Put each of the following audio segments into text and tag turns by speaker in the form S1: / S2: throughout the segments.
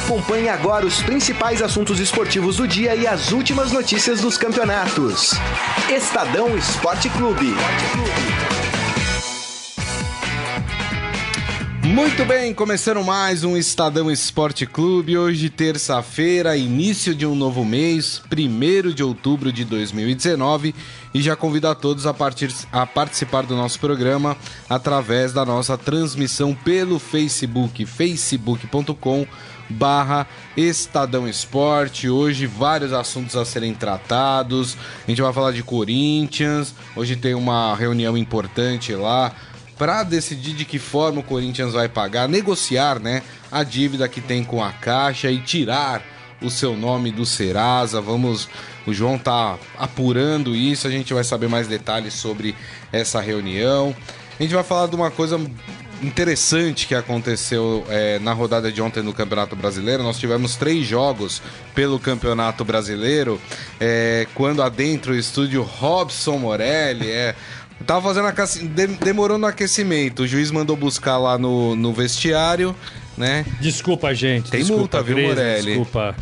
S1: Acompanhe agora os principais assuntos esportivos do dia e as últimas notícias dos campeonatos. Estadão Esporte Clube.
S2: Muito bem, começando mais um Estadão Esporte Clube. Hoje, terça-feira, início de um novo mês, 1º de outubro de 2019. E já convido a todos a participar do nosso programa através da nossa transmissão pelo Facebook, facebook.com/Estadão Esporte. Hoje vários assuntos a serem tratados. A gente vai falar de Corinthians. Hoje tem uma reunião importante lá para decidir de que forma o Corinthians vai pagar, negociar, né, a dívida que tem com a Caixa e tirar o seu nome do Serasa. O João tá apurando isso, a gente vai saber mais detalhes sobre essa reunião. A gente vai falar de uma coisa interessante que aconteceu na rodada de ontem no Campeonato Brasileiro. Nós tivemos 3 jogos pelo Campeonato Brasileiro, quando adentro o estúdio Robson Morelli, tava fazendo demorou no aquecimento. O juiz mandou buscar lá no vestiário, né?
S3: Desculpa, gente.
S2: Tem multa, viu, Morelli?
S3: Desculpa.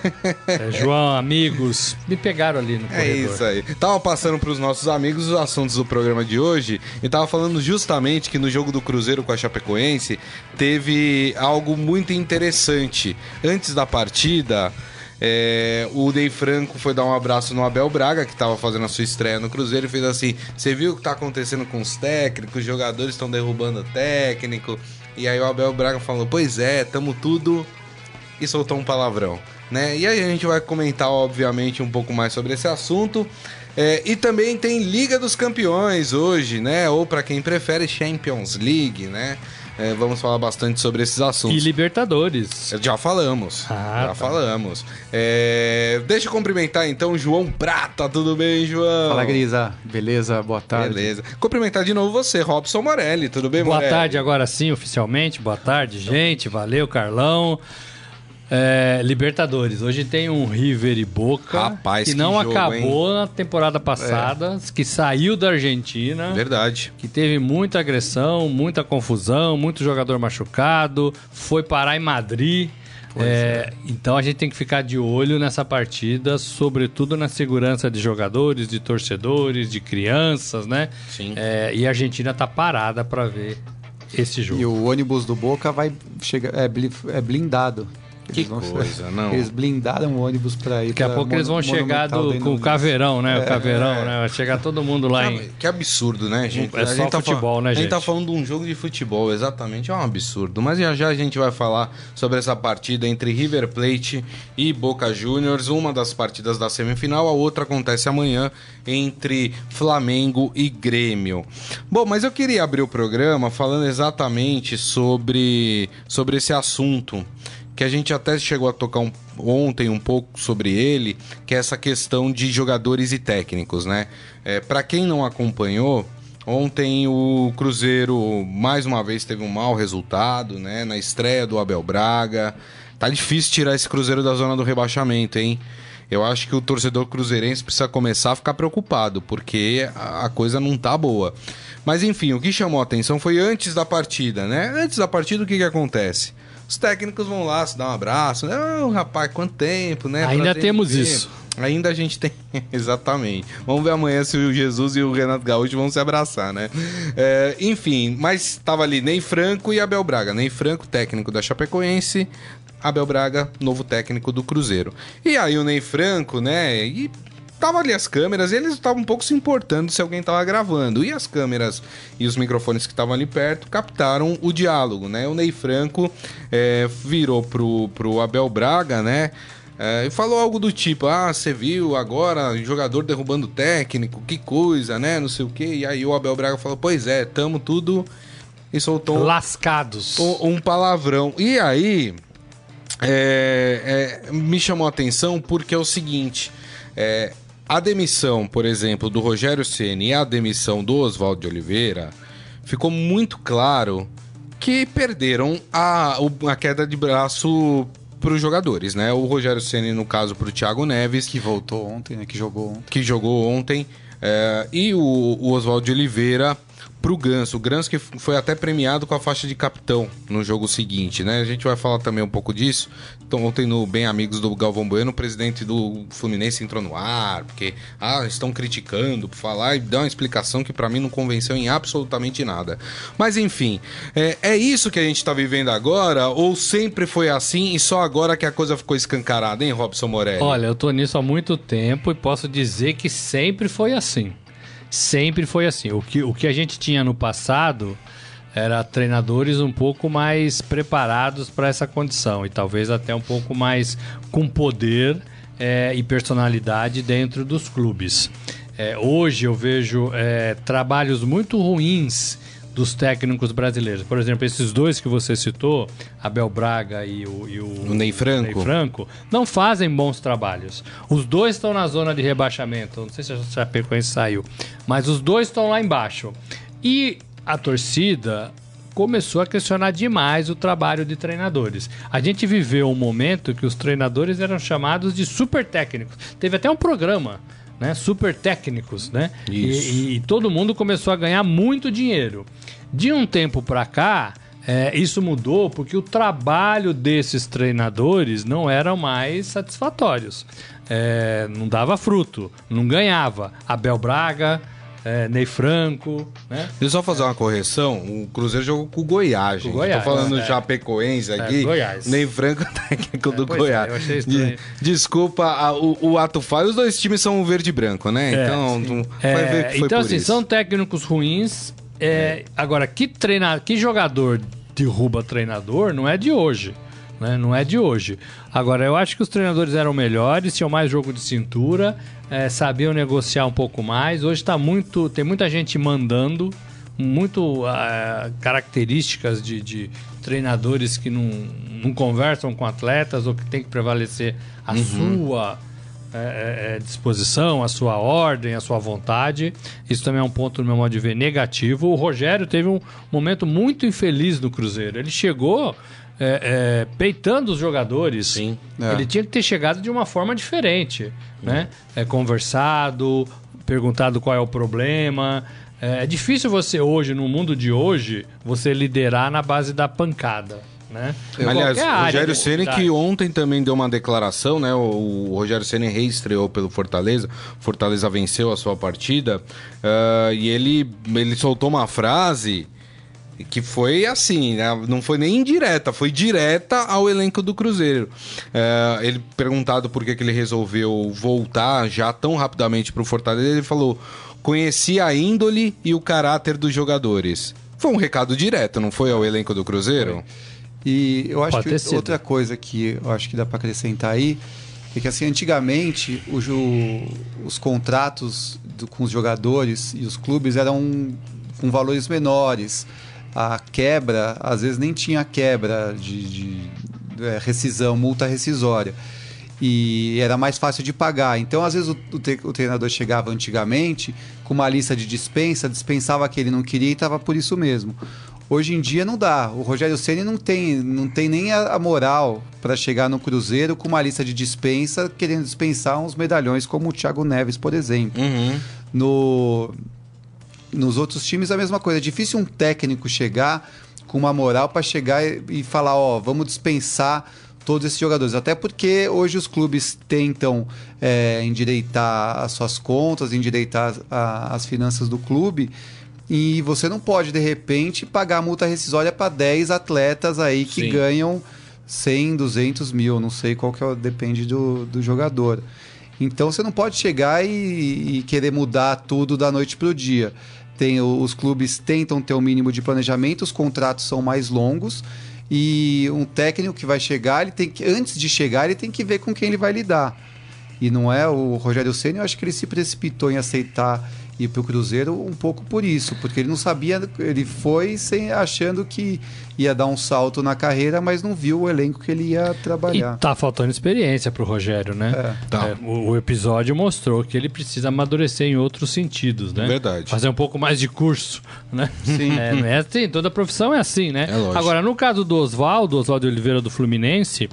S3: João, amigos, me pegaram ali no corredor.
S2: É isso aí. Tava passando pros nossos amigos os assuntos do programa de hoje e tava falando justamente que no jogo do Cruzeiro com a Chapecoense teve algo muito interessante. Antes da partida, o Ney Franco foi dar um abraço no Abel Braga, que estava fazendo a sua estreia no Cruzeiro, e fez assim: você viu o que está acontecendo com os técnicos? Os jogadores estão derrubando o técnico. E aí o Abel Braga falou: pois é, tamo tudo... E soltou um palavrão, né? E aí a gente vai comentar, obviamente, um pouco mais sobre esse assunto. E também tem Liga dos Campeões hoje, né? Ou para quem prefere, Champions League, né? Vamos falar bastante sobre esses assuntos.
S3: E Libertadores.
S2: Já falamos. Falamos. Deixa eu cumprimentar então o João Prata. Tudo bem, João?
S4: Fala, Grisa. Beleza? Boa tarde.
S2: Beleza. Cumprimentar de novo você, Robson Morelli. Tudo bem, Morelli?
S3: Boa tarde agora sim, oficialmente. Boa tarde, gente. Valeu, Carlão. Libertadores. Hoje tem um River e Boca.
S2: Rapaz,
S3: que não
S2: jogo,
S3: acabou
S2: hein?
S3: na temporada passada, que saiu da Argentina.
S2: Verdade.
S3: Que teve muita agressão, muita confusão, muito jogador machucado, foi parar em Madrid. Então a gente tem que ficar de olho nessa partida, sobretudo na segurança de jogadores, de torcedores, de crianças, né?
S2: Sim.
S3: E a Argentina tá parada para ver esse jogo.
S4: E o ônibus do Boca vai chegar, é blindado.
S2: Não.
S4: Eles blindaram o ônibus para ir.
S3: Daqui a pouco eles vão chegar com o caveirão, né? O caveirão, né? Vai chegar todo mundo lá em...
S2: Que absurdo, né, gente?
S3: É só futebol, né, gente?
S2: A gente tá falando de um jogo de futebol, exatamente. É um absurdo. Mas já a gente vai falar sobre essa partida entre River Plate e Boca Juniors. Uma das partidas da semifinal, a outra acontece amanhã entre Flamengo e Grêmio. Bom, mas eu queria abrir o programa falando exatamente sobre esse assunto, que a gente até chegou a tocar ontem um pouco sobre ele, que é essa questão de jogadores e técnicos, né? Para quem não acompanhou, ontem o Cruzeiro mais uma vez teve um mau resultado, né? Na estreia do Abel Braga. Tá difícil tirar esse Cruzeiro da zona do rebaixamento, hein? Eu acho que o torcedor cruzeirense precisa começar a ficar preocupado, porque a coisa não tá boa. Mas enfim, o que chamou a atenção foi antes da partida, né? Antes da partida, o que acontece? Os técnicos vão lá se dar um abraço. Rapaz, quanto tempo, né?
S3: Ainda temos isso.
S2: Ainda a gente tem, exatamente. Vamos ver amanhã se o Jesus e o Renato Gaúcho vão se abraçar, né? Enfim, mas tava ali Ney Franco e Abel Braga. Ney Franco, técnico da Chapecoense. Abel Braga, novo técnico do Cruzeiro. E aí o Ney Franco, né? E tava ali as câmeras e eles estavam um pouco se importando se alguém tava gravando. E as câmeras e os microfones que estavam ali perto captaram o diálogo, né? O Ney Franco virou pro Abel Braga, né? E falou algo do tipo: você viu agora jogador derrubando o técnico, que coisa, né? Não sei o quê. E aí o Abel Braga falou: pois é, tamo tudo... E soltou
S3: lascados.
S2: Um palavrão. E aí me chamou a atenção porque é o seguinte... A demissão, por exemplo, do Rogério Ceni e a demissão do Oswaldo de Oliveira, ficou muito claro que perderam a queda de braço para os jogadores, né? O Rogério Ceni, no caso, para o Thiago Neves.
S4: Que voltou ontem, né? Que jogou ontem.
S2: E o Oswaldo de Oliveira pro Ganso. O Ganso que foi até premiado com a faixa de capitão no jogo seguinte, né? A gente vai falar também um pouco disso. Então, ontem no Bem Amigos do Galvão Bueno, o presidente do Fluminense entrou no ar, porque estão criticando por falar, e dá uma explicação que pra mim não convenceu em absolutamente nada. Mas enfim, é isso que a gente tá vivendo agora, ou sempre foi assim e só agora que a coisa ficou escancarada, hein, Robson Morelli?
S3: Olha, eu tô nisso há muito tempo e posso dizer que sempre foi assim. Sempre foi assim. O que a gente tinha no passado era treinadores um pouco mais preparados para essa condição e talvez até um pouco mais com poder e personalidade dentro dos clubes. Hoje eu vejo trabalhos muito ruins dos técnicos brasileiros. Por exemplo, esses dois que você citou, Abel Braga e o
S2: Ney Franco,
S3: não fazem bons trabalhos. Os dois estão na zona de rebaixamento. Não sei se a Chapecoense saiu, mas os dois estão lá embaixo. E a torcida começou a questionar demais o trabalho de treinadores. A gente viveu um momento que os treinadores eram chamados de super técnicos. Teve até um programa, né? Super técnicos, né? E todo mundo começou a ganhar muito dinheiro. De um tempo para cá, isso mudou porque o trabalho desses treinadores não eram mais satisfatórios. Não dava fruto, não ganhava. Abel Braga, Ney Franco, né?
S2: Deixa eu só fazer uma correção. O Cruzeiro jogou com o Goiás, gente. Tô falando Chapecoense aqui.
S3: Goiás.
S2: Ney Franco técnico do Goiás.
S3: Eu achei estranho.
S2: Desculpa o ato falho. Os dois times são verde e branco, né? Então, vai ver que foi
S3: então
S2: por
S3: assim,
S2: isso.
S3: são técnicos ruins. Agora, que jogador derruba treinador não é de hoje. Né? Não é de hoje. Agora, eu acho que os treinadores eram melhores, tinham mais jogo de cintura, sabiam negociar um pouco mais. Hoje tem muita gente mandando, muito características de treinadores que não conversam com atletas ou que tem que prevalecer a sua disposição, a sua ordem, a sua vontade. Isso também é um ponto, no meu modo de ver, negativo. O Rogério teve um momento muito infeliz no Cruzeiro. Ele chegou peitando os jogadores.
S2: Sim.
S3: Ele tinha que ter chegado de uma forma diferente, né? Conversado, perguntado qual é o problema. É difícil você hoje, no mundo de hoje, você liderar na base da pancada, né?
S2: Aliás, o Rogério Ceni, que ontem também deu uma declaração, né? O Rogério Ceni reestreou pelo Fortaleza. Fortaleza venceu a sua partida. E ele soltou uma frase que foi assim, né? Não foi nem indireta, foi direta ao elenco do Cruzeiro. Ele perguntado por que ele resolveu voltar já tão rapidamente para o Fortaleza, ele falou: conheci a índole e o caráter dos jogadores. Foi um recado direto, não foi ao elenco do Cruzeiro?
S4: Foi. E eu acho que outra coisa que eu acho que dá para acrescentar aí é que, assim, antigamente os contratos com os jogadores e os clubes eram com valores menores. A quebra, às vezes nem tinha quebra de rescisão, multa rescisória. E era mais fácil de pagar. Então, às vezes, o treinador chegava antigamente com uma lista de dispensava que ele não queria e estava por isso mesmo. Hoje em dia não dá. O Rogério Ceni não tem nem a moral para chegar no Cruzeiro com uma lista de dispensa, querendo dispensar uns medalhões como o Thiago Neves, por exemplo. Nos outros times a mesma coisa. É difícil um técnico chegar com uma moral para chegar e falar: vamos dispensar todos esses jogadores. Até porque hoje os clubes tentam endireitar as suas contas, endireitar as finanças do clube. E você não pode, de repente, pagar a multa rescisória para 10 atletas aí que ganham 100, 200 mil. Não sei qual que depende do jogador. Então você não pode chegar e querer mudar tudo da noite para o dia. Os clubes tentam ter um mínimo de planejamento, os contratos são mais longos e um técnico que vai chegar, antes de chegar, ele tem que ver com quem ele vai lidar. E não é o Rogério Ceni, eu acho que ele se precipitou em aceitar ir para o Cruzeiro um pouco por isso, porque ele não sabia, ele foi achando que ia dar um salto na carreira, mas não viu o elenco que ele ia trabalhar.
S3: E tá faltando experiência pro Rogério, né? O episódio mostrou que ele precisa amadurecer em outros sentidos, né?
S2: Verdade.
S3: Fazer um pouco mais de curso, né?
S4: Sim.
S3: Não é assim, toda profissão é assim, né?
S2: É lógico.
S3: Agora, no caso do Oswaldo Oliveira do Fluminense,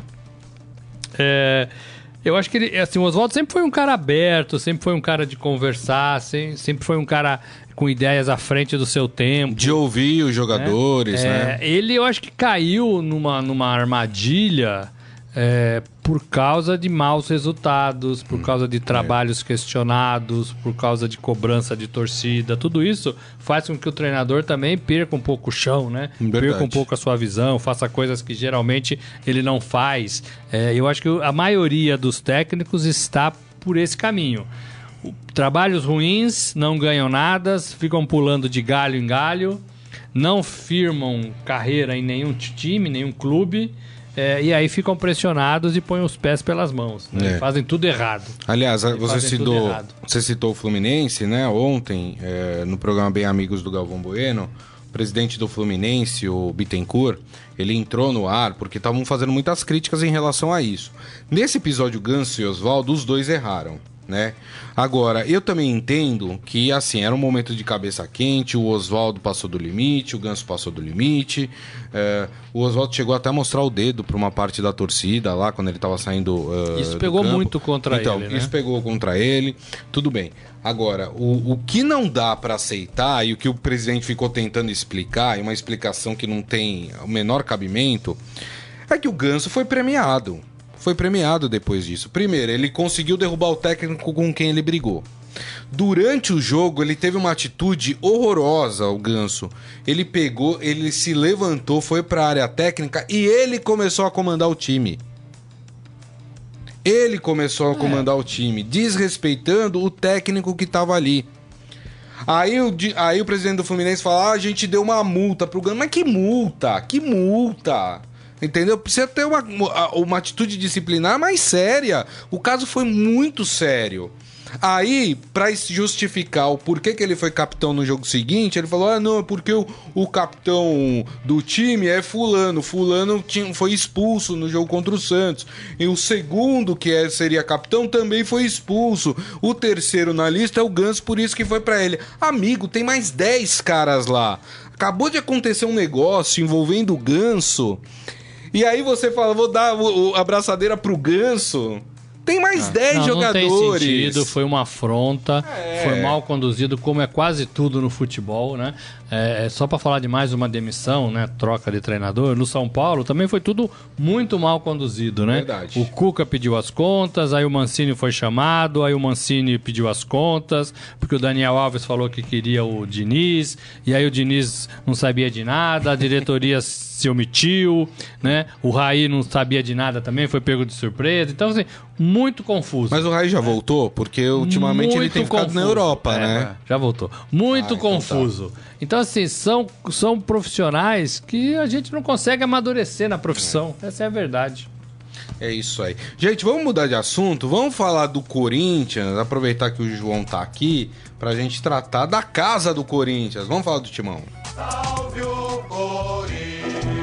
S3: eu acho que ele, assim, o Oswaldo sempre foi um cara aberto, sempre foi um cara de conversar, sempre foi um cara com ideias à frente do seu tempo.
S2: De ouvir os jogadores, né?
S3: Ele, eu acho que caiu numa armadilha por causa de maus resultados, por causa de trabalhos questionados, por causa de cobrança de torcida. Tudo isso faz com que o treinador também perca um pouco o chão, né?
S2: Verdade.
S3: Perca um pouco a sua visão, faça coisas que geralmente ele não faz. Eu acho que a maioria dos técnicos está por esse caminho. Trabalhos ruins, não ganham nada, ficam pulando de galho em galho, não firmam carreira em nenhum time, nenhum clube. E aí ficam pressionados e põem os pés pelas mãos, né? Fazem tudo errado.
S2: Aliás, você citou o Fluminense, né? Ontem, no programa Bem Amigos do Galvão Bueno, o presidente do Fluminense, o Bittencourt, ele entrou no ar porque estavam fazendo muitas críticas em relação a isso. Nesse episódio, Ganso e Oswaldo, os dois erraram, né? Agora, eu também entendo que, assim, era um momento de cabeça quente, o Oswaldo passou do limite, o Ganso passou do limite, o Oswaldo chegou até a mostrar o dedo para uma parte da torcida lá, quando ele estava saindo
S3: isso pegou muito contra ele, né?
S2: Isso pegou contra ele, tudo bem. Agora, o que não dá para aceitar, e o que o presidente ficou tentando explicar, e uma explicação que não tem o menor cabimento, é que o Ganso foi premiado. Foi premiado depois disso. Primeiro, ele conseguiu derrubar o técnico com quem ele brigou. Durante o jogo, ele teve uma atitude horrorosa, o Ganso. Ele pegou, ele se levantou, foi para a área técnica e ele começou a comandar o time. Ele começou a comandar o time, desrespeitando o técnico que estava ali. Aí o presidente do Fluminense fala, a gente deu uma multa pro Ganso. Mas que multa? Que multa? Entendeu? Precisa ter uma atitude disciplinar mais séria. O caso foi muito sério. Aí, pra justificar o porquê que ele foi capitão no jogo seguinte, ele falou, não, é porque o capitão do time é fulano. Fulano foi expulso no jogo contra o Santos. E o segundo, que seria capitão, também foi expulso. O terceiro na lista é o Ganso, por isso que foi pra ele. Amigo, tem mais 10 caras lá. Acabou de acontecer um negócio envolvendo o Ganso. E aí você fala, vou dar a abraçadeira pro Ganso. Tem mais 10 jogadores.
S3: Não tem sentido, foi uma afronta, foi mal conduzido, como é quase tudo no futebol, né? Só para falar de mais uma demissão, né? Troca de treinador. No São Paulo também foi tudo muito mal conduzido, né?
S2: Verdade.
S3: O Cuca pediu as contas, aí o Mancini foi chamado, aí o Mancini pediu as contas, porque o Daniel Alves falou que queria o Diniz, e aí o Diniz não sabia de nada, a diretoria se omitiu, né? O Raí não sabia de nada também, foi pego de surpresa. Então, assim, muito confuso.
S2: Mas o Raí já voltou? Porque ultimamente ele tem ficado na Europa, né?
S3: Já voltou. Muito confuso. Então, assim, são profissionais que a gente não consegue amadurecer na profissão. Essa é a verdade.
S2: É isso aí. Gente, vamos mudar de assunto? Vamos falar do Corinthians, aproveitar que o João tá aqui, pra gente tratar da casa do Corinthians. Vamos falar do Timão. Salve o Corinthians!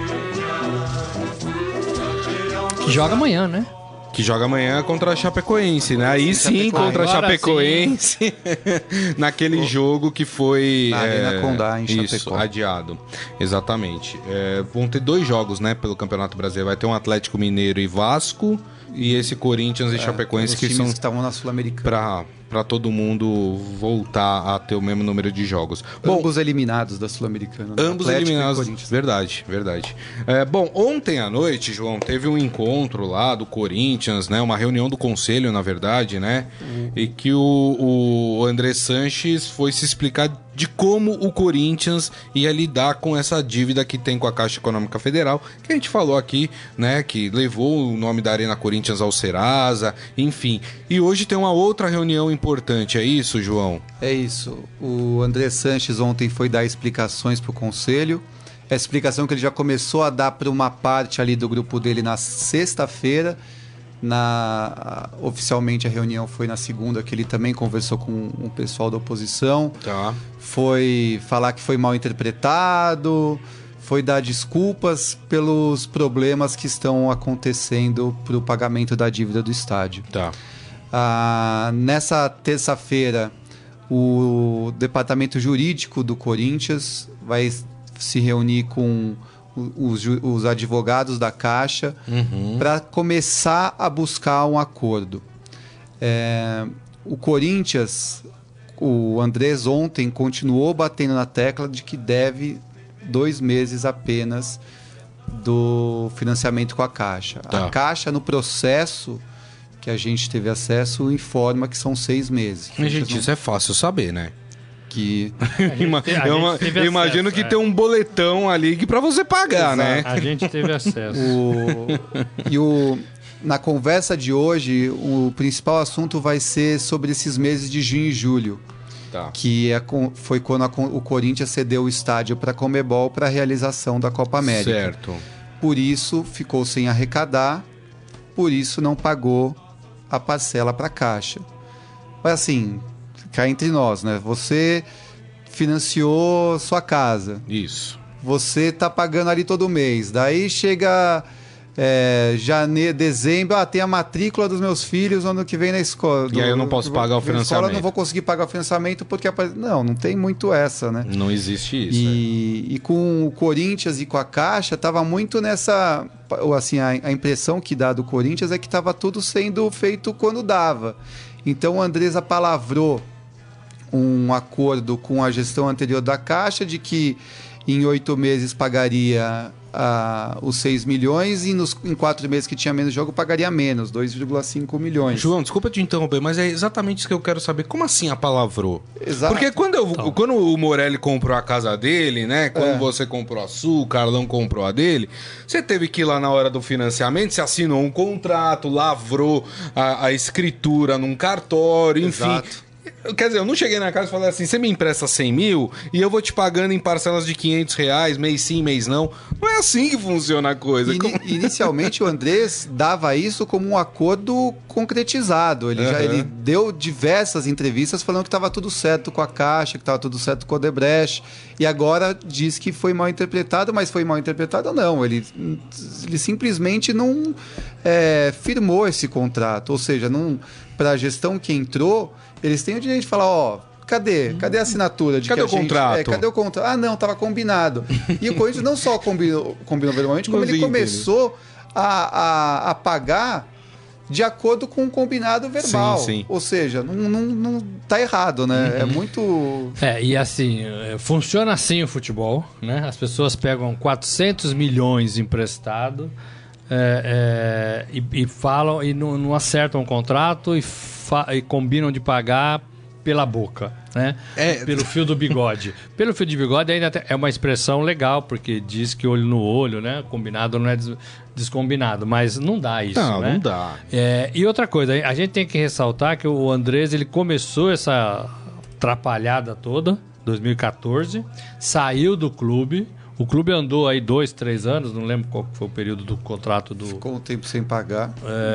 S3: Que joga amanhã, né?
S2: Que joga amanhã contra a Chapecoense, né? Aí sim, contra a Chapecoense, naquele jogo que foi...
S4: Na Arena Condá, em Chapecó.
S2: Isso, adiado. Exatamente. Vão ter 2 jogos, né, pelo Campeonato Brasileiro. Vai ter um Atlético Mineiro e Vasco, e esse Corinthians e Chapecoense
S4: os
S2: que
S4: times
S2: são...
S4: que estavam na Sul-Americana.
S2: Pra todo mundo voltar a ter o mesmo número de jogos.
S4: Ambos eliminados da Sul-Americana.
S2: Ambos eliminados, verdade. Bom, ontem à noite, João, teve um encontro lá do Corinthians, né? Uma reunião do conselho, na verdade, né? E que o André Sanches foi se explicar de como o Corinthians ia lidar com essa dívida que tem com a Caixa Econômica Federal, que a gente falou aqui, né? Que levou o nome da Arena Corinthians ao Serasa, enfim. E hoje tem uma outra reunião importante, é isso, João?
S4: É isso. O André Sanches ontem foi dar explicações para o Conselho. A explicação que ele já começou a dar para uma parte ali do grupo dele na sexta-feira. Oficialmente a reunião foi na segunda, que ele também conversou com o pessoal da oposição.
S2: Tá.
S4: Foi falar que foi mal interpretado, foi dar desculpas pelos problemas que estão acontecendo para o pagamento da dívida do estádio.
S2: Tá.
S4: Nessa terça-feira, o departamento jurídico do Corinthians vai se reunir com os advogados da Caixa para começar a buscar um acordo. O Corinthians, o Andrés ontem continuou batendo na tecla de que deve 2 meses apenas do financiamento com a Caixa.
S2: Tá.
S4: A Caixa, no processo que a gente teve acesso, informa que são 6 meses.
S2: Mas, gente, isso é fácil saber, né?
S4: Que...
S2: Eu imagino que tem um boletão ali que para você pagar, né?
S3: A gente teve acesso.
S4: Na conversa de hoje, o principal assunto vai ser sobre esses meses de junho e julho.
S2: Tá.
S4: Que foi quando o Corinthians cedeu o estádio para a Conmebol para a realização da Copa América.
S2: Certo.
S4: Por isso, ficou sem arrecadar, por isso não pagou a parcela para a Caixa. Mas assim, cá entre nós, né? Você financiou sua casa.
S2: Isso.
S4: Você tá pagando ali todo mês. Daí chega janeiro, dezembro, tem a matrícula dos meus filhos no ano que vem na escola.
S2: E aí eu não posso pagar o financiamento.
S4: Eu não vou conseguir pagar o financiamento porque... Não tem muito essa, né?
S2: Não existe isso.
S4: E com o Corinthians e com a Caixa, tava muito nessa... Assim, a impressão que dá do Corinthians é que tava tudo sendo feito quando dava. Então o Andrés apalavrou um acordo com a gestão anterior da Caixa de que em 8 meses pagaria os 6 milhões e em 4 meses que tinha menos jogo pagaria menos, 2,5 milhões.
S2: João, desculpa te interromper, mas é exatamente isso que eu quero saber. Como assim apalavrou?
S4: Exato.
S2: Porque quando o Morelli comprou a casa dele, né? Quando você comprou a sua, o Carlão comprou a dele, você teve que ir lá na hora do financiamento, você assinou um contrato, lavrou a escritura num cartório, enfim.
S4: Exato.
S2: Quer dizer, eu não cheguei na casa e falei assim, você me empresta 100 mil e eu vou te pagando em parcelas de R$500, mês sim, mês não. Não é assim que funciona a coisa.
S4: Inicialmente o Andrés dava isso como um acordo concretizado. Ele deu diversas entrevistas falando que estava tudo certo com a Caixa, que estava tudo certo com o Odebrecht. E agora diz que foi mal interpretado, mas foi mal interpretado ou não. Ele simplesmente não firmou esse contrato. Ou seja, para a gestão que entrou, eles têm o direito de falar, cadê a assinatura?
S2: Cadê o contrato?
S4: Cadê o contrato? Não, estava combinado. E o Corinthians não só combinou verbalmente, como ele começou a pagar de acordo com o combinado verbal.
S2: Sim.
S4: Ou seja, não tá errado, né? É muito...
S3: E assim, funciona assim o futebol, né? As pessoas pegam 400 milhões emprestado e falam e não acertam o contrato e combinam de pagar pela boca, né? Pelo fio do bigode. Pelo fio de bigode ainda é uma expressão legal, porque diz que olho no olho, né? Combinado não é descombinado, mas não dá isso, né?
S2: Não dá.
S3: E outra coisa, a gente tem que ressaltar que o Andrés, ele começou essa atrapalhada toda, 2014, saiu do clube. O clube andou aí 2, 3 anos, não lembro qual foi o período do contrato do...
S4: Ficou um tempo sem pagar.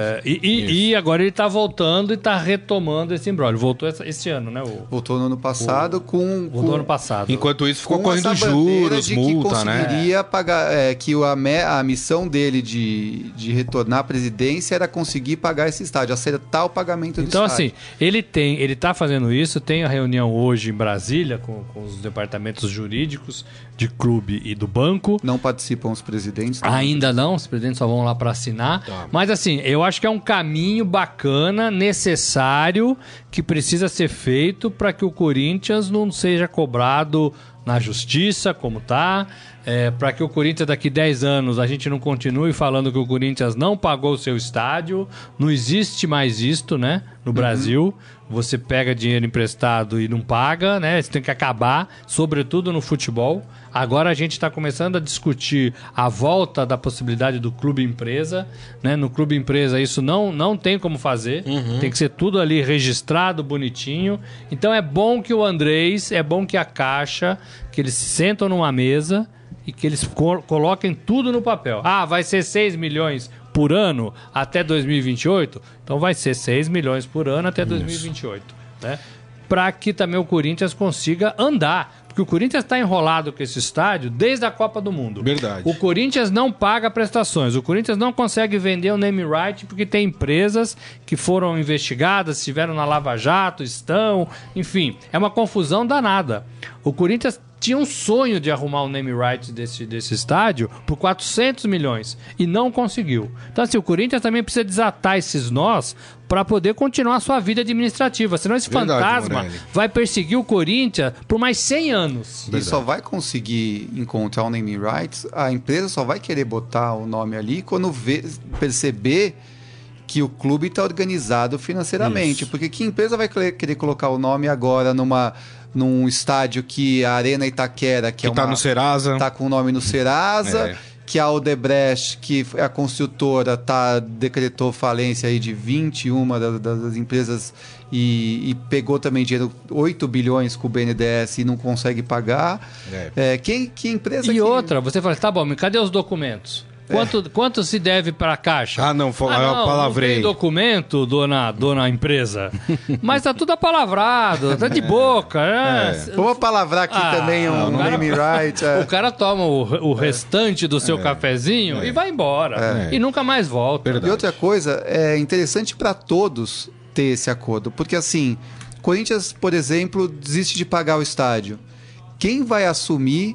S3: E agora ele está voltando e está retomando esse imbróglio. Voltou esse ano, né?
S4: Voltou no ano passado
S3: Voltou ano passado.
S2: Enquanto isso ficou correndo juros, multa, né?
S4: Que conseguiria pagar... que a missão dele de retornar à presidência era conseguir pagar esse estádio, acertar o pagamento do
S3: então,
S4: estádio.
S3: Então, assim, ele está fazendo isso, tem a reunião hoje em Brasília com os departamentos jurídicos de clube e do banco.
S4: Não participam os presidentes?
S3: Né? Ainda não, os presidentes só vão lá para assinar. Tá. Mas assim, eu acho que é um caminho bacana, necessário, que precisa ser feito para que o Corinthians não seja cobrado na justiça, como tá. Para que o Corinthians daqui 10 anos a gente não continue falando que o Corinthians não pagou o seu estádio. Não existe mais isto, né? No Brasil, você pega dinheiro emprestado e não paga, né? Isso tem que acabar, sobretudo no futebol. Agora a gente está começando a discutir a volta da possibilidade do clube-empresa, né? No clube-empresa isso não tem como fazer, tem que ser tudo ali registrado, bonitinho. Então é bom que o Andrés, é bom que a Caixa, que eles se sentam numa mesa e que eles coloquem tudo no papel. Vai ser 6 milhões por ano até 2028? Então vai ser 6 milhões por ano até 2028, né? Para que também o Corinthians consiga andar. Porque o Corinthians está enrolado com esse estádio desde a Copa do Mundo.
S2: Verdade.
S3: O Corinthians não paga prestações. O Corinthians não consegue vender o name right porque tem empresas que foram investigadas, estiveram na Lava Jato, enfim. É uma confusão danada. O Corinthians tinha um sonho de arrumar o name rights desse estádio por 400 milhões e não conseguiu. Então, assim, o Corinthians também precisa desatar esses nós para poder continuar a sua vida administrativa. Senão esse fantasma vai perseguir o Corinthians por mais 100 anos.
S4: E só vai conseguir encontrar o name rights, a empresa só vai querer botar o nome ali quando perceber que o clube está organizado financeiramente. Isso. Porque que empresa vai querer colocar o nome agora num estádio que a Arena Itaquera, que
S2: tá no Serasa,
S4: tá com o nome no Serasa, que a Odebrecht, que é a construtora, decretou falência aí de 21 das empresas e pegou também dinheiro, 8 bilhões com o BNDES e não consegue pagar. Que empresa...
S3: E outra, você fala, tá bom, mas cadê os documentos? Quanto se deve para a Caixa?
S2: Não, palavrei.
S3: Não tem documento, dona empresa. Mas tá tudo apalavrado, tá de boca.
S4: Vamos palavrar aqui também um name right.
S3: O cara toma o restante do seu cafezinho e vai embora. E nunca mais volta.
S4: Verdade. E outra coisa, é interessante para todos ter esse acordo. Porque assim, Corinthians, por exemplo, desiste de pagar o estádio. Quem vai assumir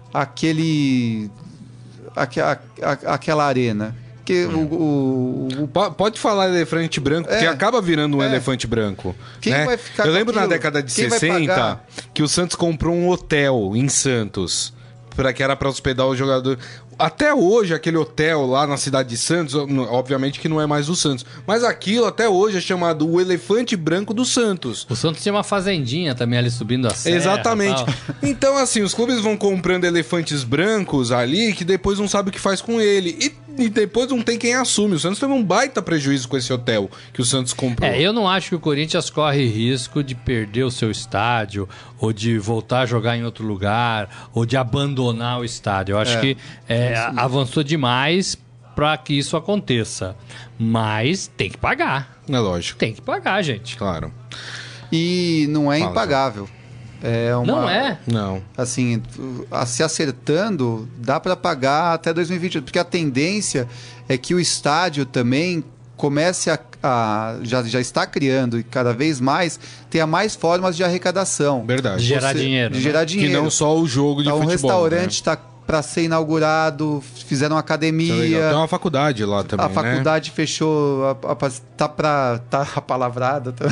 S4: aquela arena? Que
S2: pode falar elefante branco, porque acaba virando um elefante branco.
S4: Quem vai ficar
S2: Eu lembro na década de 60 que o Santos comprou um hotel em Santos, que era para hospedar o jogador. Até hoje, aquele hotel lá na cidade de Santos, obviamente que não é mais o Santos, mas aquilo até hoje é chamado o Elefante Branco do Santos.
S3: O Santos tinha uma fazendinha também ali subindo a serra.
S2: Exatamente. Então, assim, os clubes vão comprando elefantes brancos ali que depois não sabe o que faz com ele. E depois não tem quem assume. O Santos teve um baita prejuízo com esse hotel que o Santos comprou.
S3: Eu não acho que o Corinthians corre risco de perder o seu estádio, ou de voltar a jogar em outro lugar, ou de abandonar o estádio. Eu acho que avançou demais para que isso aconteça. Mas tem que pagar.
S2: É lógico.
S3: Tem que pagar, gente.
S2: Claro.
S4: E não é impagável.
S3: Não é?
S2: Não.
S4: Assim, se acertando, dá para pagar até 2028. Porque a tendência é que o estádio também comece já está criando e cada vez mais tenha mais formas de arrecadação.
S2: Verdade.
S3: De gerar dinheiro.
S4: De gerar dinheiro.
S2: Que não só o jogo de futebol.
S4: Um restaurante está para ser inaugurado, fizeram uma academia.
S2: Tem uma faculdade lá também,
S4: A faculdade fechou, tá apalavrada também.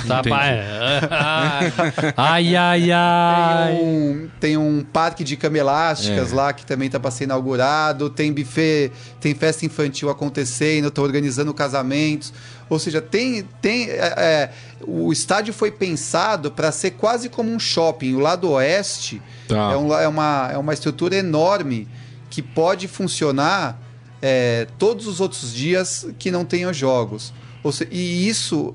S4: Tem um parque de cama elásticas lá que também tá para ser inaugurado, tem buffet, tem festa infantil acontecendo, estão organizando casamentos. Ou seja, o estádio foi pensado para ser quase como um shopping. O lado oeste é uma estrutura enorme que pode funcionar todos os outros dias que não tenham jogos. E isso,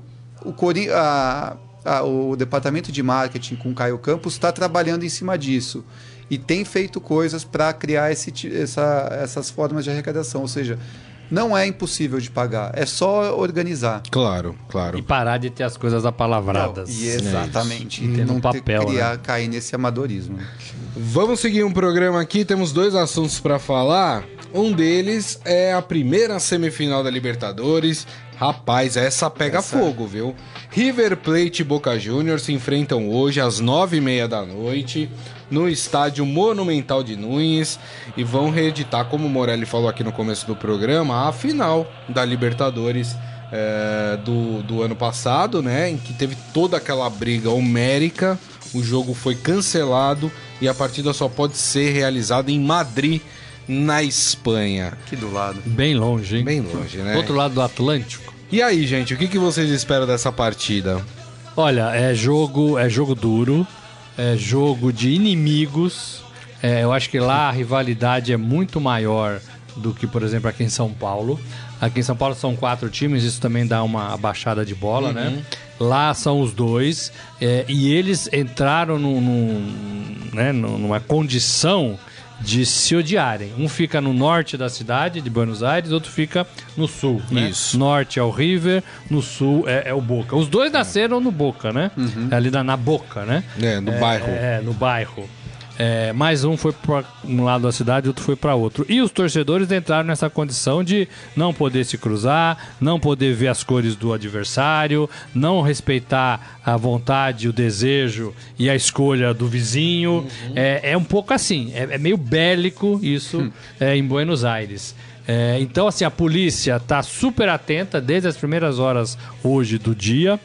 S4: o departamento de marketing com o Caio Campos está trabalhando em cima disso. E tem feito coisas para criar essas formas de arrecadação. Ou seja, não é impossível de pagar, é só organizar.
S2: Claro.
S3: E parar de ter as coisas apalavradas.
S4: Exatamente.
S3: E ter no papel,
S4: cair nesse amadorismo.
S2: Vamos seguir um programa aqui, temos 2 assuntos para falar. Um deles é a primeira semifinal da Libertadores. Rapaz, essa pega fogo, viu? River Plate e Boca Juniors se enfrentam hoje às 9h30 da noite no estádio Monumental de Nunes e vão reeditar, como o Morelli falou aqui no começo do programa, a final da Libertadores do ano passado, né? Em que teve toda aquela briga homérica. O jogo foi cancelado e a partida só pode ser realizada em Madrid, na Espanha.
S4: Aqui do lado.
S3: Bem longe, hein?
S2: Bem longe, né?
S3: Do outro lado do Atlântico.
S2: E aí, gente, o que vocês esperam dessa partida?
S3: Olha, é jogo duro, é jogo de inimigos. Eu acho que lá a rivalidade é muito maior do que, por exemplo, aqui em São Paulo. Aqui em São Paulo são 4 times, isso também dá uma abaixada de bola, né? Lá são os 2, e eles entraram numa condição de se odiarem. Um fica no norte da cidade de Buenos Aires, outro fica no sul, né?
S2: Isso.
S3: Norte é o River, no sul é o Boca. Os dois nasceram no Boca, né? Ali na Boca, né?
S2: No bairro.
S3: No bairro. Mais um foi para um lado da cidade, outro foi para outro. E os torcedores entraram nessa condição de não poder se cruzar, não poder ver as cores do adversário, não respeitar a vontade, o desejo e a escolha do vizinho. É um pouco assim, é meio bélico isso em Buenos Aires. Então, assim, a polícia está super atenta desde as primeiras horas hoje do dia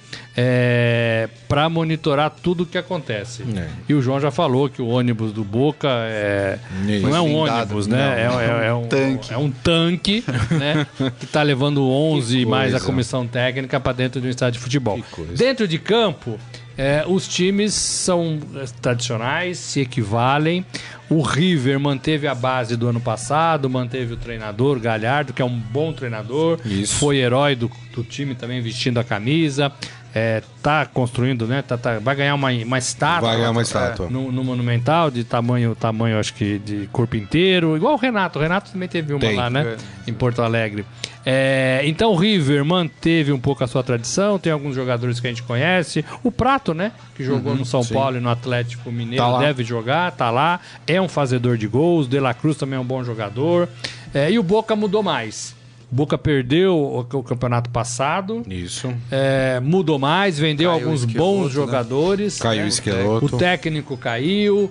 S3: para monitorar tudo o que acontece. E o João já falou que o ônibus do Boca não é um ônibus, né? É um tanque né? Que está levando 11 mais a comissão técnica para dentro de um estádio de futebol. Dentro de campo, os times são tradicionais, se equivalem. O River manteve a base do ano passado, manteve o treinador Galhardo, que é um bom treinador. Isso. Foi herói do time também, vestindo a camisa. Tá construindo, né? Vai ganhar uma estátua.
S2: Vai ganhar uma estátua.
S3: No Monumental, de tamanho, acho que de corpo inteiro. Igual o Renato. O Renato também teve uma lá, né? Em Porto Alegre. Então o River manteve um pouco a sua tradição. Tem alguns jogadores que a gente conhece. O Prato, né? Que jogou no São Paulo e no Atlético Mineiro, deve jogar, tá lá. É um fazedor de gols. De La Cruz também é um bom jogador. E o Boca mudou mais. Boca perdeu o campeonato passado.
S2: Isso.
S3: Mudou mais, vendeu alguns bons jogadores.
S2: Caiu o Esqueloto.
S3: O técnico caiu.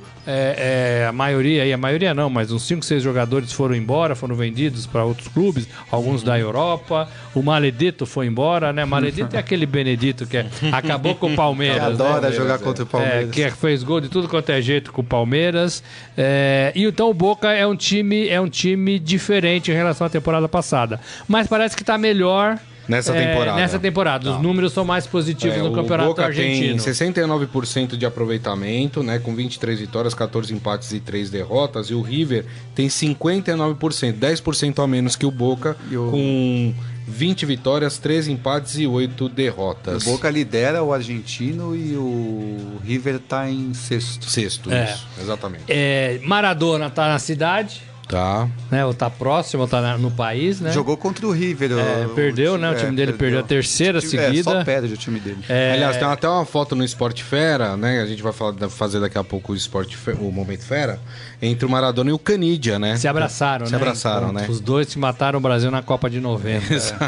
S3: A maioria não, mas uns 5, 6 jogadores foram embora, foram vendidos para outros clubes, alguns da Europa. O Maledito foi embora, né? Maledito é aquele Benedito que acabou com o Palmeiras.
S4: Que adora jogar contra o Palmeiras.
S3: Que fez gol de tudo quanto é jeito com o Palmeiras. E então o Boca é um time diferente em relação à temporada passada. Mas parece que está melhor
S2: nessa temporada.
S3: Os números são mais positivos no campeonato
S2: Boca
S3: argentino.
S2: Tem 69% de aproveitamento, né, com 23 vitórias, 14 empates e 3 derrotas. E o River tem 59%, 10% a menos que o Boca, com 20 vitórias, 13 empates e 8 derrotas.
S4: O Boca lidera o argentino e o River está em sexto.
S2: Isso, exatamente.
S3: Maradona está na cidade.
S2: Tá.
S3: Né, ou tá próximo, ou tá no país, né?
S4: Jogou contra o River.
S3: Perdeu, né? O time dele perdeu a terceira seguida.
S4: Só perde o time dele.
S2: Aliás, tem até uma foto no Sport Fera, né? A gente vai fazer daqui a pouco o Momento Fera, entre o Maradona e o Canidia, né?
S3: Se abraçaram, né?
S2: Se abraçaram, né?
S3: Os dois que mataram o Brasil na Copa de 90.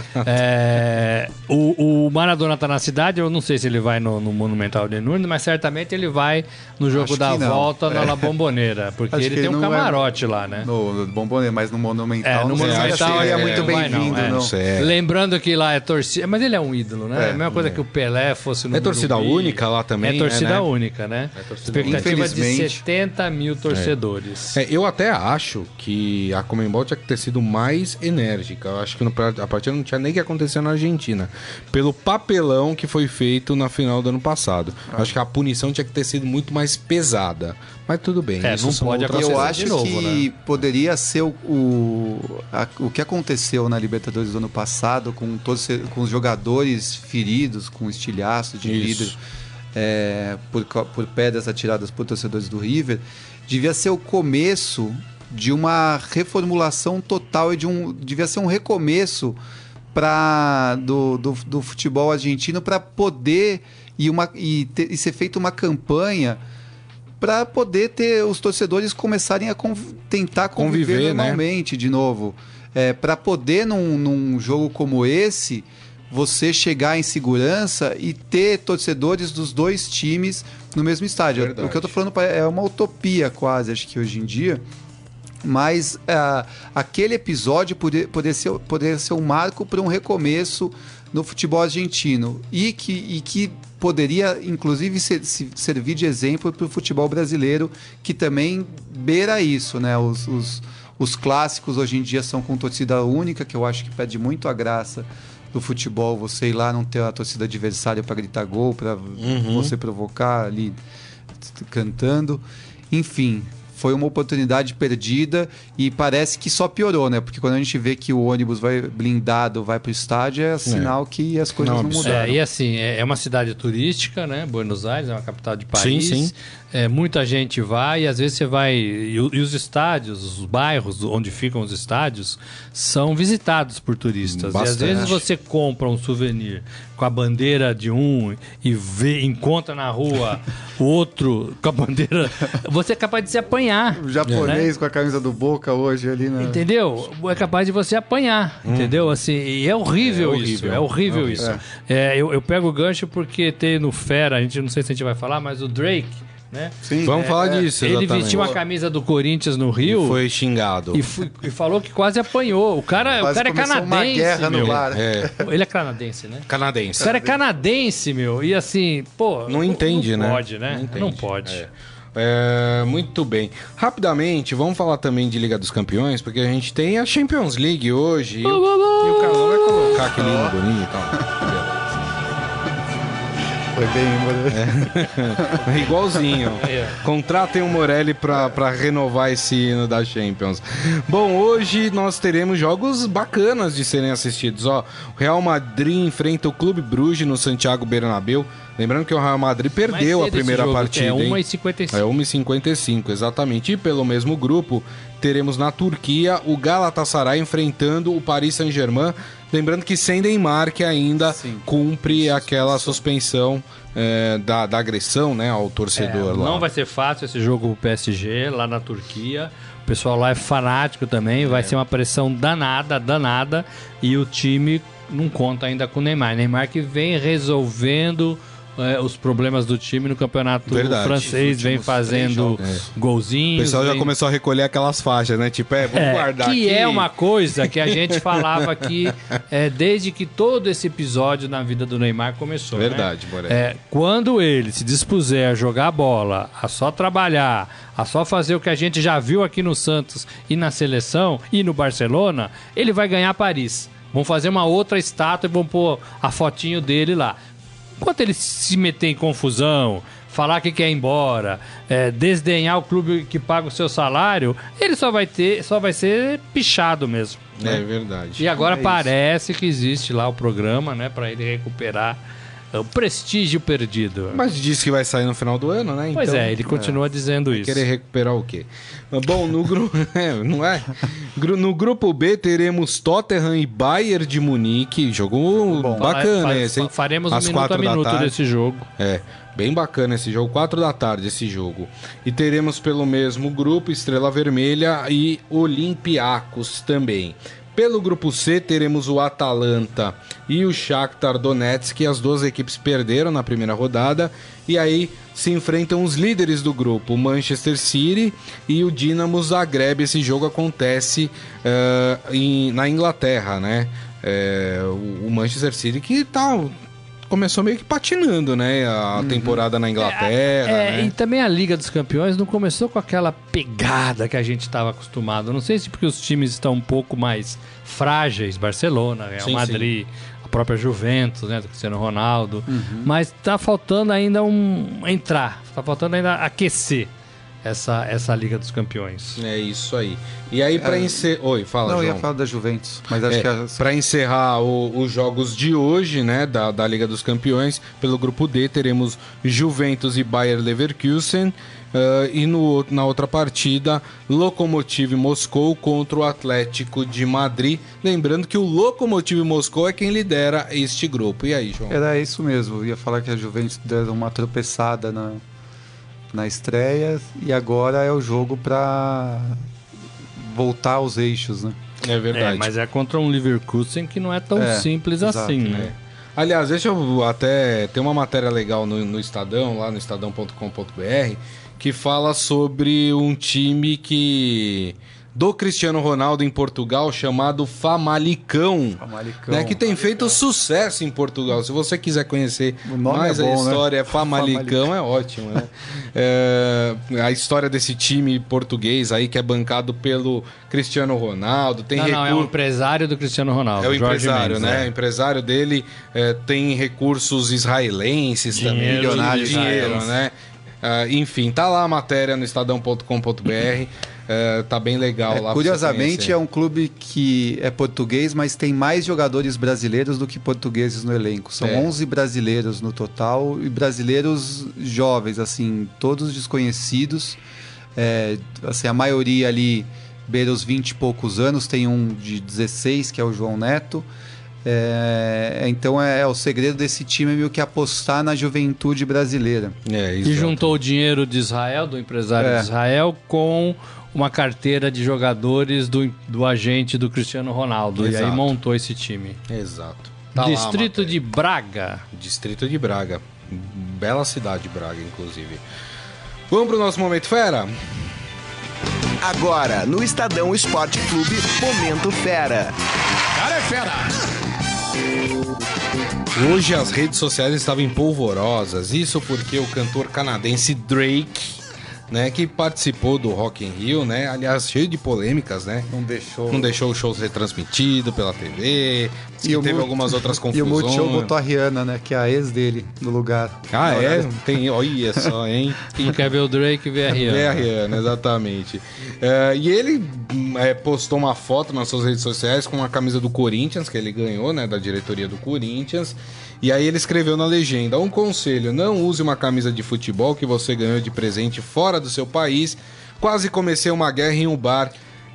S3: O Maradona tá na cidade, eu não sei se ele vai no Monumental de Nunes, mas certamente ele vai no jogo da volta na La Bombonera, porque ele tem um camarote lá, né?
S4: No Bombonera, mas no Monumental
S3: no Monumental
S4: é muito bem-vindo, não.
S3: Lembrando que lá é torcida, mas ele é um ídolo, né? A mesma coisa que o Pelé fosse no
S2: torcida única lá também,
S3: torcida única, né? Expectativa de 70 mil torcedores.
S2: Eu até acho que a Conmebol tinha que ter sido mais enérgica. Eu acho que a partida não tinha nem que acontecer na Argentina, pelo papelão que foi feito na final do ano passado. Acho que a punição tinha que ter sido muito mais pesada. Mas tudo bem.
S3: Não pode acontecer.
S4: Eu acho
S3: de novo,
S4: que
S3: né?
S4: poderia ser o que aconteceu na Libertadores do ano passado, com os jogadores feridos, com estilhaço de vidro, por pedras atiradas por torcedores do River. Devia ser o começo de uma reformulação total e devia ser um recomeço do futebol argentino para poder e ser feita uma campanha para poder ter os torcedores começarem a tentar conviver normalmente, né? De novo. Para poder, num jogo como esse, você chegar em segurança e ter torcedores dos dois times no mesmo estádio. Verdade. O que eu estou falando é uma utopia quase, acho que hoje em dia. Mas aquele episódio poderia ser um marco para um recomeço no futebol argentino e que poderia, inclusive, servir de exemplo para o futebol brasileiro, que também beira isso, né? Os clássicos hoje em dia são com torcida única, que eu acho que perde muito a graça do futebol, você ir lá não ter a torcida adversária para gritar gol, para você provocar ali cantando. Enfim, foi uma oportunidade perdida e parece que só piorou, né? Porque quando a gente vê que o ônibus vai blindado, vai pro estádio, é sinal que as coisas não mudaram.
S3: E assim, é uma cidade turística, né? Buenos Aires é uma capital de país.
S2: Sim.
S3: Muita gente vai e às vezes você vai... E os estádios, os bairros onde ficam os estádios, são visitados por turistas.
S2: Bastante.
S3: E às vezes você compra um souvenir com a bandeira de um e encontra na rua o outro com a bandeira... Você é capaz de se apanhar.
S4: O japonês com a camisa do Boca hoje ali, né?
S3: Entendeu? É capaz de você apanhar, entendeu? Assim, e é horrível isso. É horrível isso. Eu pego o gancho porque tem no Fera, a gente não sei se a gente vai falar, mas o Drake, né?
S4: Sim,
S2: Vamos falar disso,
S3: Ele
S2: exatamente.
S3: vestiu uma camisa do Corinthians no Rio
S2: Foi xingado.
S3: e falou que quase apanhou. O cara é canadense,
S4: uma guerra
S3: meu.
S4: no bar.
S3: Ele é canadense, né?
S2: Canadense.
S3: O cara é canadense, meu. E assim, pô...
S2: Não entende,
S3: não
S2: né?
S3: Pode, né? Não pode.
S2: Muito bem. Rapidamente, vamos falar também de Liga dos Campeões, porque a gente tem a Champions League hoje. E o Carlão vai colocar aquele hino bonito e tal.
S4: Foi bem...
S2: Igualzinho. Contratem o Morelli pra renovar esse hino da Champions. Bom, hoje nós teremos jogos bacanas de serem assistidos. Ó, o Real Madrid enfrenta o Clube Bruges no Santiago Bernabéu. Lembrando que o Real Madrid perdeu a primeira partida.
S3: É 1h55.
S2: É 1h55, exatamente. E pelo mesmo grupo, teremos na Turquia o Galatasaray enfrentando o Paris Saint-Germain. Lembrando que sem Neymar, que ainda cumpre aquela suspensão da agressão, né, ao torcedor lá.
S3: Não vai ser fácil esse jogo pro PSG lá na Turquia. O pessoal lá é fanático também. Vai ser uma pressão danada. E o time não conta ainda com o Neymar. Neymar que vem resolvendo os problemas do time no campeonato francês, vem fazendo golzinhos.
S2: O pessoal já começou a recolher aquelas faixas, né? Tipo, vamos guardar
S3: que
S2: aqui.
S3: É uma coisa que a gente falava aqui desde que todo esse episódio na vida do Neymar começou.
S2: Verdade,
S3: né? Quando ele se dispuser a jogar bola, a só trabalhar, a só fazer o que a gente já viu aqui no Santos e na seleção e no Barcelona, ele vai ganhar Paris. Vão fazer uma outra estátua e vão pôr a fotinho dele lá. Enquanto ele se meter em confusão, falar que quer ir embora, desdenhar o clube que paga o seu salário, ele só vai ser pichado mesmo. Né?
S2: É verdade.
S3: E agora parece que existe lá o programa, né, para ele recuperar o prestígio perdido.
S2: Mas disse que vai sair no final do ano, né?
S3: Pois
S2: então,
S3: ele continua dizendo isso.
S2: Querer recuperar o quê? Bom, no grupo... não é? No grupo B teremos Tottenham e Bayern de Munique. Jogo bacana esse, hein?
S3: Faremos
S2: às
S3: minuto a minuto desse jogo.
S2: Bem bacana esse jogo. 4 da tarde esse jogo. E teremos pelo mesmo grupo Estrela Vermelha e Olympiacos também. Pelo grupo C, teremos o Atalanta e o Shakhtar Donetsk, que as duas equipes perderam na primeira rodada. E aí se enfrentam os líderes do grupo, o Manchester City e o Dinamo Zagreb. Esse jogo acontece na Inglaterra, né? O Manchester City que começou meio que patinando, né? A temporada na Inglaterra. Né?
S3: E também a Liga dos Campeões não começou com aquela pegada que a gente estava acostumado. Não sei se porque os times estão um pouco mais frágeis, Barcelona, Real Madrid, a própria Juventus, né, do Cristiano Ronaldo. Mas tá faltando ainda tá faltando ainda aquecer essa Liga dos Campeões.
S2: É isso aí. E aí para encerrar... Oi, fala,
S4: Não,
S2: João.
S4: eu ia falar da Juventus, mas acho que...
S2: Para encerrar os jogos de hoje, né, da Liga dos Campeões, pelo grupo D teremos Juventus e Bayer Leverkusen, e na outra partida, Lokomotiv Moscou contra o Atlético de Madrid. Lembrando que o Lokomotiv Moscou é quem lidera este grupo. E aí, João?
S4: Era isso mesmo. Eu ia falar que a Juventus deu uma tropeçada na estreia e agora é o jogo para voltar aos eixos, né?
S2: É verdade.
S3: Mas é contra um Leverkusen que não é tão simples assim, né?
S2: Aliás, deixa eu até... Tem uma matéria legal no Estadão, lá no estadão.com.br, que fala sobre um time do Cristiano Ronaldo em Portugal, chamado Famalicão, né, que tem feito sucesso em Portugal. Se você quiser conhecer mais a história, né? Famalicão é ótimo, né? A história desse time português aí que é bancado pelo Cristiano Ronaldo.
S3: É o empresário do Cristiano Ronaldo.
S2: É o
S3: Jorge
S2: empresário,
S3: Mendes,
S2: né? O empresário dele tem recursos israelenses também.
S4: Milionários.
S2: Dinheiro, né? Enfim, tá lá a matéria no estadão.com.br. Tá bem legal lá.
S4: Curiosamente, é um clube que é português, mas tem mais jogadores brasileiros do que portugueses no elenco. São 11 brasileiros no total e brasileiros jovens, assim, todos desconhecidos. Assim, a maioria ali beira os 20 e poucos anos, tem um de 16, que é o João Neto. Então o segredo desse time é meio que apostar na juventude brasileira.
S3: E juntou o dinheiro de Israel, do empresário de Israel, com uma carteira de jogadores do agente do Cristiano Ronaldo. Exato. E aí montou esse time.
S2: Exato.
S3: Distrito de Braga.
S2: Distrito de Braga. Bela cidade de Braga, inclusive. Vamos pro nosso Momento Fera?
S1: Agora, no Estadão Esporte Clube, Momento Fera.
S5: Cara é fera!
S2: Hoje as redes sociais estavam polvorosas. Isso porque o cantor canadense Drake, né, que participou do Rock in Rio, né? Aliás, cheio de polêmicas, né? Não deixou o show ser transmitido pela TV. E teve algumas outras confusões.
S4: E o Multishow botou a Rihanna, né? Que é a ex dele no lugar.
S2: Tem, olha só, hein?
S3: Quem quer ver o Drake, vê a Rihanna.
S2: Vê a Rihanna, exatamente. E ele postou uma foto nas suas redes sociais com uma camisa do Corinthians, que ele ganhou, né? Da diretoria do Corinthians. E aí ele escreveu na legenda: um conselho, não use uma camisa de futebol que você ganhou de presente fora do seu país. Quase comecei uma guerra em um bar.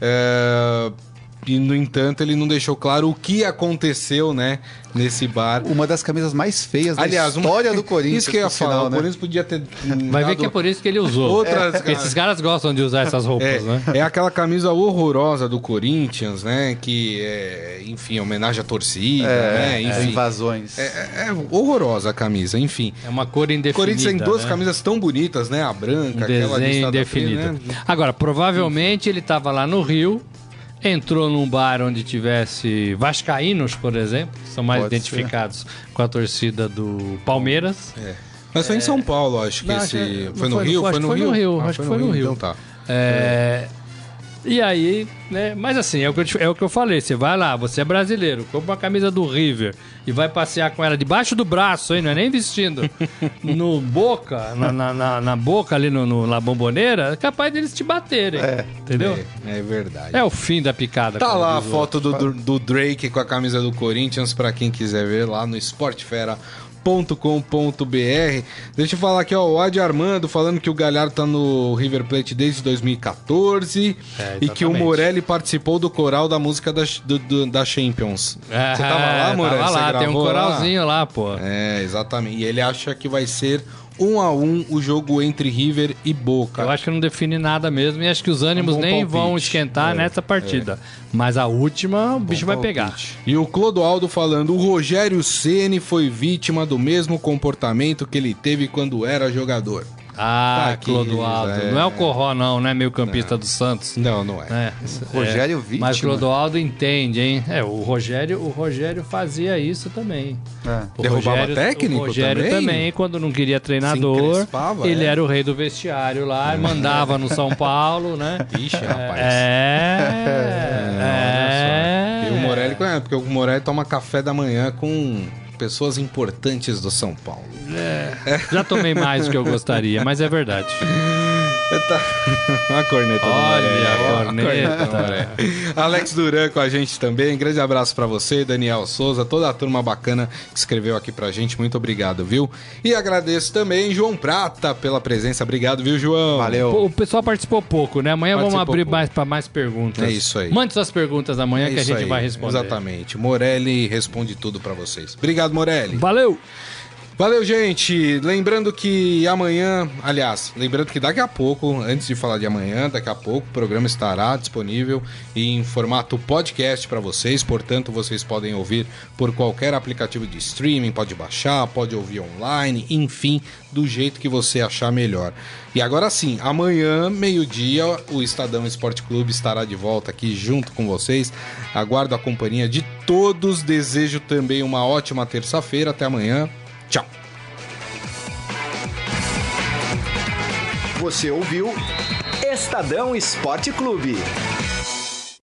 S2: E, no entanto, ele não deixou claro o que aconteceu, né, nesse bar.
S4: Uma das camisas mais feias da história do Corinthians.
S2: Isso que eu ia falar, né? O Corinthians podia ter...
S3: Vai ver que é por isso que ele usou. Esses caras gostam de usar essas roupas, né?
S2: É aquela camisa horrorosa do Corinthians, né, que enfim, homenagem à torcida, né? Enfim,
S4: invasões.
S2: É horrorosa a camisa, enfim.
S3: É uma cor indefinida.
S2: O Corinthians tem duas camisas tão bonitas, né? A branca, aquela
S3: desenho indefinido. Né? Agora, provavelmente ele estava lá no Rio, entrou num bar onde tivesse vascaínos, por exemplo, que são mais identificados com a torcida do Palmeiras.
S2: Mas foi em São Paulo, acho que esse... Foi no Rio?
S3: Foi no Rio. Acho que foi no Rio.
S2: Então tá.
S3: E aí, né? Mas assim, é o que eu falei. Você vai lá, você é brasileiro, compra uma camisa do River e vai passear com ela debaixo do braço, hein? Não é nem vestindo. No Boca, na boca ali na Bomboneira, é capaz deles te baterem. Entendeu?
S2: É verdade.
S3: É o fim da picada.
S2: Tá lá a foto do Drake com a camisa do Corinthians, pra quem quiser ver lá no esportefera.com.br. Deixa eu falar aqui, ó, o Adi Armando falando que o Galhardo tá no River Plate desde 2014 e que o Morelli participou do coral da música da Champions. Você tava lá, Morelli?
S3: Tava lá, tem um coralzinho lá, pô.
S2: Exatamente. E ele acha que vai ser 1-1 o jogo entre River e Boca.
S3: Eu acho que não define nada mesmo e acho que os ânimos nem vão esquentar nessa partida. Mas a última, o bicho vai pegar.
S2: E o Clodoaldo falando: o Rogério Ceni foi vítima do mesmo comportamento que ele teve quando era jogador.
S3: Clodoaldo. Não é o Corró, não, né? Meio campista do Santos.
S2: Não é.
S4: Rogério vítima.
S3: Mas Clodoaldo entende, hein? O Rogério fazia isso também.
S2: Derrubava técnico?
S3: O Rogério também, quando não queria treinador, ele era o rei do vestiário lá, mandava no São Paulo, né?
S2: Ixi, rapaz. E o Morelli, porque o Morelli toma café da manhã com pessoas importantes do São Paulo.
S3: Já tomei mais do que eu gostaria, mas é verdade.
S2: A corneta.
S3: Olha a corneta.
S2: Alex Duran com a gente também. Grande abraço pra você, Daniel Souza, toda a turma bacana que escreveu aqui pra gente. Muito obrigado, viu? E agradeço também João Prata pela presença. Obrigado, viu, João?
S3: Valeu. O pessoal participou pouco, né? Amanhã vamos abrir para mais perguntas.
S2: É isso aí.
S3: Mande suas perguntas amanhã que a gente vai responder.
S2: Exatamente. Morelli responde tudo pra vocês. Obrigado, Morelli.
S3: Valeu,
S2: gente. Lembrando que daqui a pouco, antes de falar de amanhã, daqui a pouco o programa estará disponível em formato podcast para vocês. Portanto, vocês podem ouvir por qualquer aplicativo de streaming, pode baixar, pode ouvir online, enfim, do jeito que você achar melhor. E agora sim, amanhã, meio-dia, o Estadão Esporte Clube estará de volta aqui junto com vocês. Aguardo a companhia de todos. Desejo também uma ótima terça-feira. Até amanhã. Tchau.
S1: Você ouviu Estadão Esporte Clube.